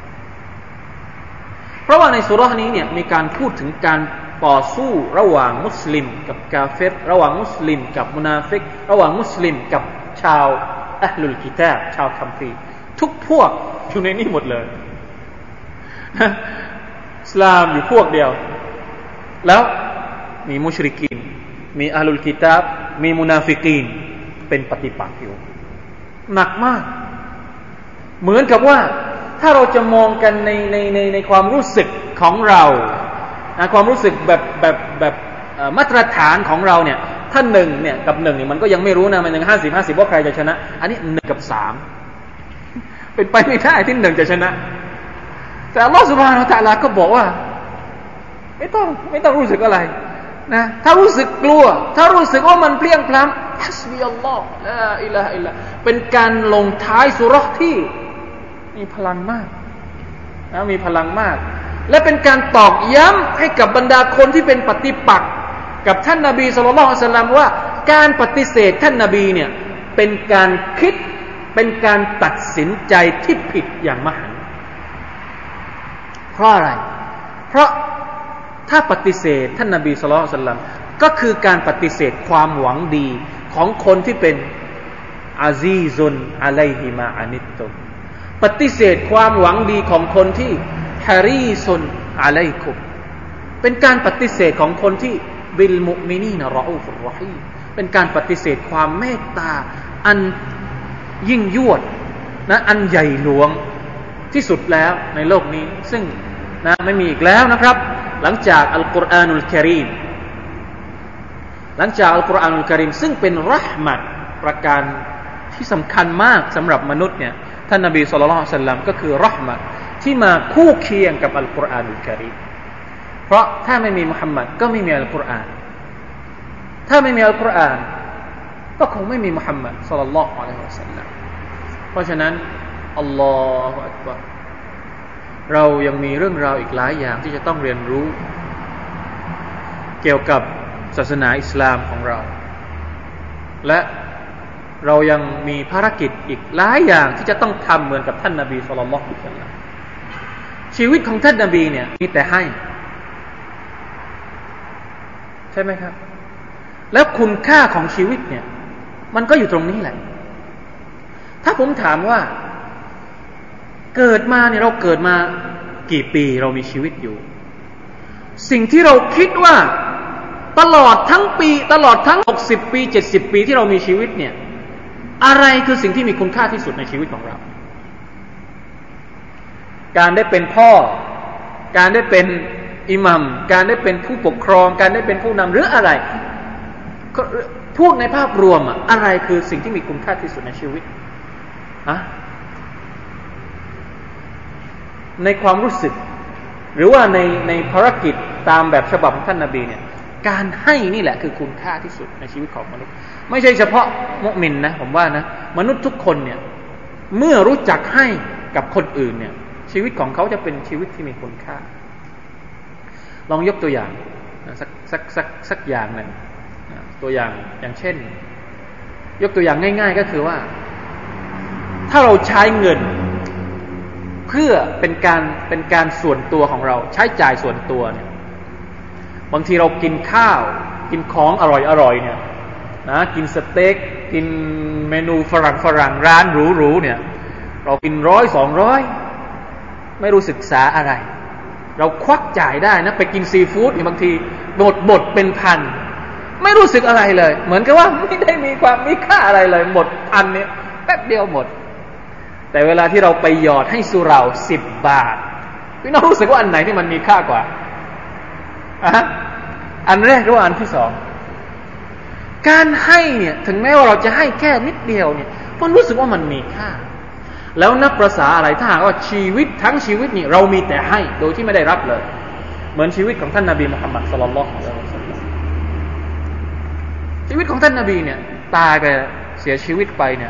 เพราะว่าในซูเราะห์นี้เนี่ยมีการพูดถึงการต่อสู้ระหว่างมุสลิมกับกาเฟรระหว่างมุสลิมกับมุนาฟิกระหว่างมุสลิมกับชาวอะห์ลุลกิตาบชาวคัมภีร์ทุกพวกอยู่ในนี้หมดเลยอิสลามอยู่พวกเดียวแล้วมีมุชริกีนมีอะห์ลุลกิตาบมีมุนาฟิกีนเป็นปฏิปักษ์อยู่หนักมากเหมือนกับว่าถ้าเราจะมองกันในความรู้สึกของเราความรู้สึกแบบมาตรฐานของเราเนี่ยถ้า1เนี่ยกับ1เนี่ยมันก็ยังไม่รู้นะมันยัง50-50ว่าใครจะชนะอันนี้1กับ3เป็นไปไม่ได้ที่1จะชนะแต่อัลเลาะห์ซุบฮานะฮูวะตะอาลาก็บอกว่าไม่ต้องรู้สึกอะไรนะถ้ารู้สึกกลัวถ้ารู้สึกว่ามันเพลียงพล้ำฮัสบีอัลลอฮ์ลาอิลาฮะอิลลัลลอฮ์เป็นการลงท้ายซูเราะห์ที่มีพลังมากนะมีพลังมากและเป็นการตอกย้ำให้กับบรรดาคนที่เป็นปฏิปักษ์กับท่านนบีศ็อลลัลลอฮุอะลัยฮิวะซัลลัมว่าการปฏิเสธท่านนบีเนี่ยเป็นการคิดเป็นการตัดสินใจที่ผิดอย่างมหันต์เพราะอะไรเพราะถ้าปฏิเสธท่านนบีศ็อลลัลลอฮุอะลัยฮิวะซัลลัมก็คือการปฏิเสธความหวังดีของคนที่เป็นอาซีซุนอะลัยฮิมาอานิตตุมปฏิเสธความหวังดีของคนที่ฮารีซุนอะลัยกุมเป็นการปฏิเสธของคนที่บิลมุมินีนรออูฟุรเราะฮีมเป็นการปฏิเสธความเมตตาอันยิ่งยวดนะอันใหญ่หลวงที่สุดแล้วในโลกนี้ซึ่งนะไม่มีอีกแล้วนะครับหลังจากอัลกุรอานุลกะรีมซึ่งเป็นเราะห์มะฮ์ประการที่สำคัญมากสำหรับมนุษย์เนี่ยท่านนบีศ็อลลัลลอฮุอะลัยฮิวะซัลลัมก็คือเราะห์มะฮ์ที่มาคู่เคียงกับอัลกุรอานอัลกะรีมเพราะถ้าไม่มีมุฮัมมัดก็ไม่มีอัลกุรอานถ้าไม่มีอัลกุรอานก็คงไม่มีมุฮัมมัดศ็อลลัลลอฮุอะลัยฮิวะซัลลัมเพราะฉะนั้นอัลลอฮฺอักบัรเรายังมีเรื่องราวอีกหลายอย่างที่จะต้องเรียนรู้เกี่ยวกับศาสนาอิสลามของเราและเรายังมีภารกิจอีกหลายอย่างที่จะต้องทำเหมือนกับท่านนบีศ็อลลัลลอฮุอะลัยฮิวะซัลลัมชีวิตของท่านนบีเนี่ยมีแต่ให้ใช่ไหมครับแล้วคุณค่าของชีวิตเนี่ยมันก็อยู่ตรงนี้แหละถ้าผมถามว่าเกิดมาเนี่ยเราเกิดมากี่ปีเรามีชีวิตอยู่สิ่งที่เราคิดว่าตลอดทั้งปีตลอดทั้ง60ปี70ปีที่เรามีชีวิตเนี่ยอะไรคือสิ่งที่มีคุณค่าที่สุดในชีวิตของเราการได้เป็นพ่อการได้เป็นอิหมัมการได้เป็นผู้ปกครองการได้เป็นผู้นำหรืออะไรพูดในภาพรวมอะไรคือสิ่งที่มีคุณค่าที่สุดในชีวิตในความรู้สึกหรือว่าในภารกิจตามแบบฉบับของท่านนบีเนี่ยการให้นี่แหละคือคุณค่าที่สุดในชีวิตของมนุษย์ไม่ใช่เฉพาะมุมินนะผมว่านะมนุษย์ทุกคนเนี่ยเมื่อรู้จักให้กับคนอื่นเนี่ยชีวิตของเขาจะเป็นชีวิตที่มีคุณค่าลองยกตัวอย่างสักอย่างหนึ่งตัวอย่างเช่นยกตัวอย่างง่ายๆก็คือว่าถ้าเราใช้เงินเพื่อเป็นการส่วนตัวของเราใช้จ่ายส่วนตัวเนี่ยบางทีเรากินข้าวกินของอร่อยเนี่ยนะกินสเต็กกินเมนูฝรั่งร้านหรูๆเนี่ยเรากิน100-200ไม่รู้ศึกษาอะไรเราควักจ่ายได้นะไปกินซีฟู้ดเนี่ยบางทีหมดเป็นพันไม่รู้สึกอะไรเลยเหมือนกับว่าไม่ได้มีความมีค่าอะไรเลยหมดพันเนี่ยแป๊บเดียวหมดแต่เวลาที่เราไปหยอดให้สุเหร่า10 บาทพี่น้องรู้สึกว่าอันไหนที่มันมีค่ากว่าอันแรกหรือว่าอันที่สองการให้เนี่ยถึงแม้ว่าเราจะให้แค่นิดเดียวเนี่ยมันรู้สึกว่ามันมีค่าแล้วนับประสาอะไรถ้าหากว่าชีวิตทั้งชีวิตนี่เรามีแต่ให้โดยที่ไม่ได้รับเลยเหมือนชีวิตของท่านนบีมุฮัมมัดศ็อลลัลลอฮุอะลัยฮิวะซัลลัมชีวิตของท่านนบีเนี่ยตายไปเสียชีวิตไปเนี่ย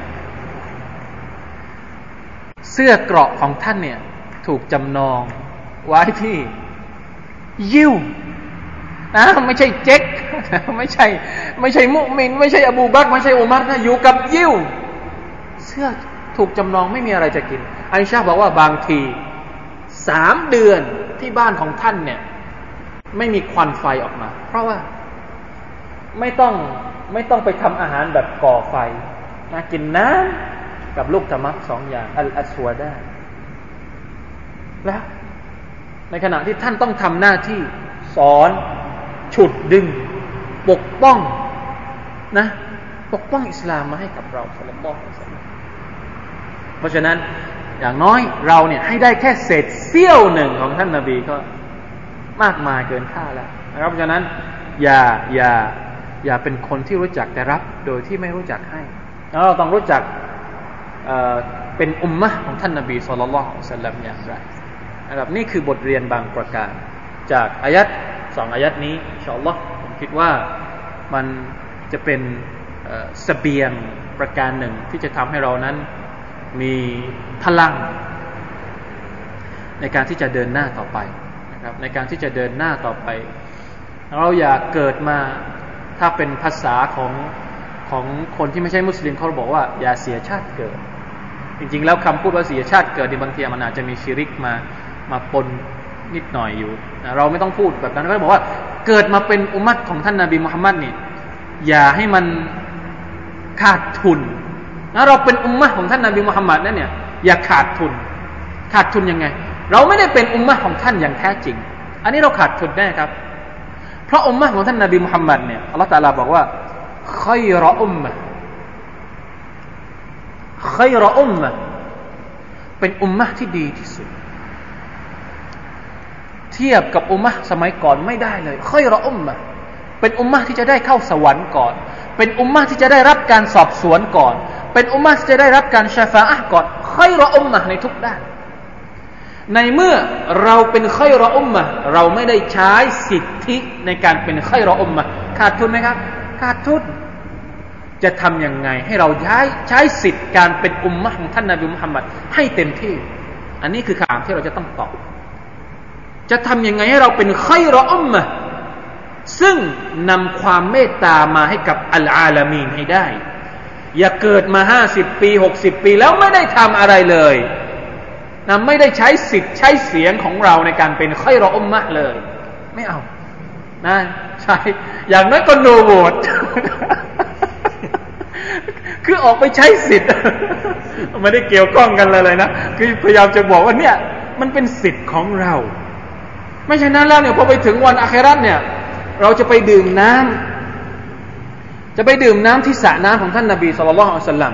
เสื้อเกราะของท่านเนี่ยถูกจำนองไว้ที่ยิวนะไม่ใช่เจ๊กไม่ใช่มุมินไม่ใช่อบูบักรไม่ใช่อุมัรนะอยู่กับยิวเสื้อถูกจำนองไม่มีอะไรจะกินอิชาบอกว่าบางที3 เดือนที่บ้านของท่านเนี่ยไม่มีควันไฟออกมาเพราะว่าไม่ต้องไปทำอาหารแบบก่อไฟนะกินน้ำกับลูกตะมัก2 อย่างอัสวาดาแล้วในขณะที่ท่านต้องทำหน้าที่สอนฉุดดึงปกป้องนะปกป้องอิสลามมาให้กับเราศ็อลลัลลอฮุอะลัยฮิวะซัลลัมเพราะฉะนั้นอย่างน้อยเราเนี่ยให้ได้แค่เศษเสี้ยวหนึ่งของท่านนบีก็มากมายเกินค่าแล้วนะครับเพราะฉะนั้นอย่าเป็นคนที่รู้จักแต่รับโดยที่ไม่รู้จักให้เราต้องรู้จักเป็นอุมมะห์ของท่านนบีศ็อลลัลลอฮุอะลัยฮิวะซัลลัมอย่างไรนะครับนี่คือบทเรียนบางประการจากอายัด2 อายัดนี้อินชาอัลลอฮ์ผมคิดว่ามันจะเป็นเสบียงประการหนึ่งที่จะทำให้เรานั้นมีพลังในการที่จะเดินหน้าต่อไปนะครับในการที่จะเดินหน้าต่อไปเราอย่าเกิดมาถ้าเป็นภาษาของคนที่ไม่ใช่มุสลิมเขาบอกว่าอย่าเสียชาติเกิดจริงๆแล้วคำพูดว่าเสียชาติเกิดในบางทีมันอาจจะมีชิริกมาปนนิดหน่อยอยู่เราไม่ต้องพูดแบบนั้นก็บอกว่าเกิดมาเป็นอุมมะห์ของท่านนบีมุฮัมมัดนี่อย่าให้มันขาดทุนนะเราเป็นอุมมะห์ของท่านนบีมุฮัมมัดนั่นเนี่ยอย่าขาดทุนยังไงเราไม่ได้เป็นอุมมะห์ของท่านอย่างแท้จริงอันนี้เราขาดทุนแน่ครับเพราะอุมมะห์ของท่านนบีมุฮัมมัดเนี่ยอัลเลาะห์ตะอาลาบอกว่าค็อยรออุมมะห์เป็นอุมมะห์ที่ดีที่สุดเทียบกับอุมมะห์สมัยก่อนไม่ได้เลยค็อยรออุมมะห์เป็นอุมมะห์ที่จะได้เข้าสวรรค์ก่อนเป็นอุมมะห์ที่จะได้รับการสอบสวนก่อนเป็นอุมมะห์ที่จะได้รับการชะฟาอะห์ก่อนค็อยรออุมมะห์ในทุกด้านในเมื่อเราเป็นค็อยรออุมมะห์เราไม่ได้ใช้สิทธิในการเป็นค็อยรออุมมะห์ขาดทุนไหมครับขาดทุนจะทำยังไงให้เราใช้สิทธิการเป็นอุมมะห์ของท่านนบีมุฮัมมัดให้เต็มที่อันนี้คือคำถามที่เราจะต้องตอบจะทำยังไงให้เราเป็นค็อยรออุมมะห์ซึ่งนำความเมตตามาให้กับอัลอาลามีนให้ได้อย่าเกิดมา50ปี60ปีแล้วไม่ได้ทำอะไรเลยนะไม่ได้ใช้สิทธิ์ใช้เสียงของเราในการเป็นค็อยรออุมมะห์เลยไม่เอานะใช่อย่างน้อยก็โนโหวตคือออกไปใช้สิทธิ์ไม่ได้เกี่ยวข้องกันเลยนะคือพยายามจะบอกว่าเนี่ยมันเป็นสิทธิ์ของเราไม่ใช่นั้นแล้วเนี่ยพอไปถึงวันอาคิเราะห์เนี่ยเราจะไปดื่มน้ำที่สระน้ำของท่านนบีศ็อลลัลลอฮุอะลัยฮิวะซัลลัม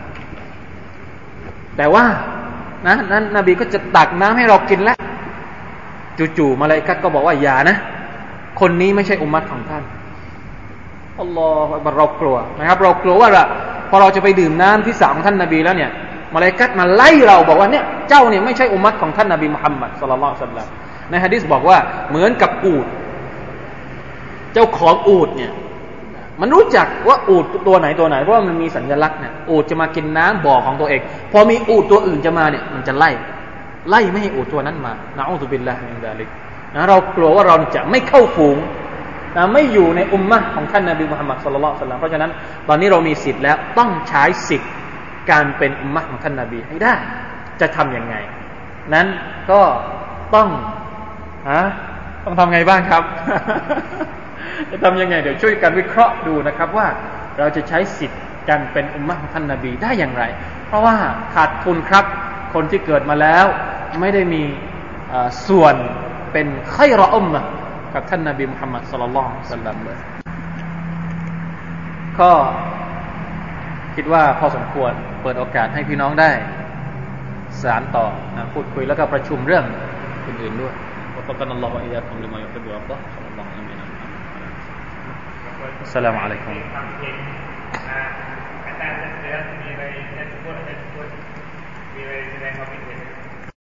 แต่ว่านั้นนบีก็จะตักน้ำให้เรากินแล้วจู่ๆมะลาอิกะฮ์ก็บอกว่าอย่านะคนนี้ไม่ใช่อุมมะฮ์ของท่านอัลลอฮฺเรากลัวนะครับเรากลัวว่าพอเราจะไปดื่มน้ำที่สระของท่านนบีแล้วเนี่ยมะลาอิกะฮ์มาไล่เราบอกว่าเนี่ยเจ้าเนี่ยไม่ใช่อุมมะฮ์ของท่านนบีมุฮัมมัดศ็อลลัลลอฮุอะลัยฮิวะซัลลัมในหะดีษบอกว่าเหมือนกับอูฐเจ้าของอูฐเนี่ยมันรู้จักว่าอูฐตัวไหนเพราะว่ามันมีสัญลักษณ์เนี่ยอูฐจะมากินน้ำบ่อของตัวเองพอมีอูฐตัวอื่นจะมาเนี่ยมันจะไล่ไม่ให้อูฐตัวนั้นมานะอูซุบิลลาฮิมินซาลิกนะเรากลัวว่าเราจะไม่เข้าฝูงนะไม่อยู่ในอุมมะห์ของท่านนบีมุฮัมมัดศ็อลลัลลอฮุอะลัยฮิวะซัลลัมเพราะฉะนั้นตอนนี้เรามีสิทธิ์แล้วต้องใช้สิทธิ์การเป็นอุมมะห์ของท่านนบีให้ได้จะทำยังไงนั้นก็ต้องทำไงบ้างครับ จะทำยังไงเดี๋ยวช่วยกันวิเคราะห์ดูนะครับว่าเราจะใช้สิทธิ์การเป็นอุมมะห์ของท่านนบีได้อย่างไรเพราะว่าขาดทุนครับคนที่เกิดมาแล้วไม่ได้มีส่วนเป็นค็อยรออุมมะห์กับท่านนบีมุฮัมมัดศ็อลลัลลอฮุอะลัยฮิวะซัลลัมเลยก็คิดว่าพอสมควรเปิดโอกาสให้พี่น้องได้สานต่อพูดคุยแล้วก็ประชุมเรื่องอื่นๆด้วยوفقنا الله وإياكم لما يحب ويرضى صلى الله عليه وسلم السلام عليكم อาจารย์จะมีอะไรจะพูดมีอะไรแสดงความคิดเห็น